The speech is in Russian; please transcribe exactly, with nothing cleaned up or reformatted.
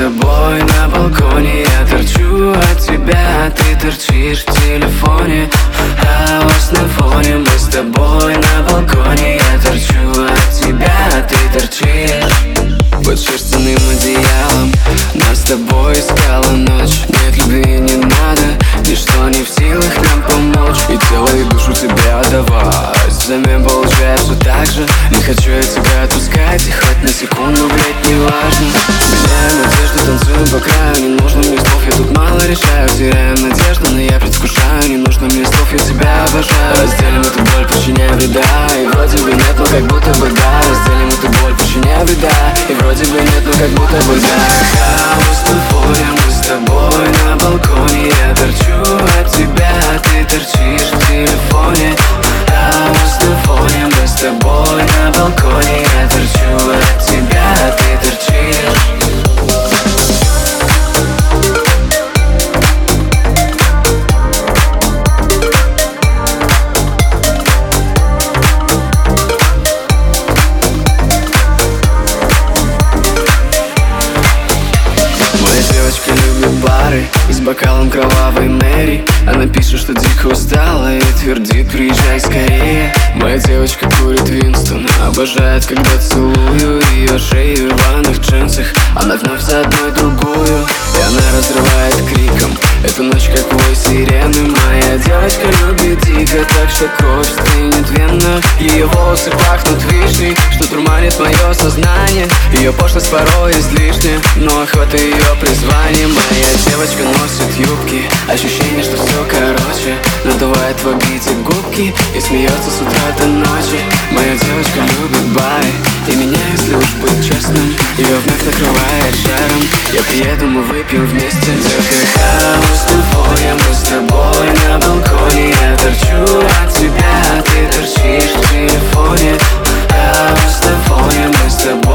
тобой на балконе. Я торчу от тебя, ты торчишь в телефоне. Хаос на фоне, мы с тобой на балконе. Я торчу от тебя, ты торчишь под шерстяным одеялом. Нас с тобой искала ночь. Нет любви, не надо, ничто не в силах нам помочь. И тело, и душу тебе отдавать, взамен получается так же. Не хочу я тебя отпускать, и хоть на секунду, блять, не важно. Меняю надежду, танцую по краю. Не нужно мне слов, я тут мало решаю. Теряю надежду, но я предвкушаю. Не нужно мне слов, я тебя обожаю. Разделим эту боль, причиняя вреда. И вроде бы нет, но как будто бы да. Разделим эту боль, причиняя вреда. И вроде бы нет, но как будто бы да. Хаос на фоне, мы с тобой на балконе. Я торчу от тебя, ты торчишь в телефоне. Хаос на фоне, мы с тобой на балконе. Я торчу от тебя, ты торчишь. И с бокалом кровавой Мэри. Она пишет, что дико устала и твердит: приезжай скорее. Моя девочка курит Винстон, обожает, когда целую ее шею в рваных джинсах. Она вновь за одной другую, и она разрывает криком. Эту ночь как вой сирены. Моя девочка любит дико, так что кровь стынет в венах. Ее волосы пахнут вишней, что турманит мое сознание. Ее пошлость порой излишняя, но охота ее призвание. Моя девочка носит юбки, ощущение, что все короче. Надувает в обиде губки и смеется с утра до ночи. Моя девочка любит бары, и меня, если уж быть честным, ее вновь накрывает жаром. Я приеду, мы выпьем вместе. Детка, хаос на фоне, мы с тобой на балконе. Я торчу от тебя, ты торчишь в телефоне. Хаос на фоне, мы с тобой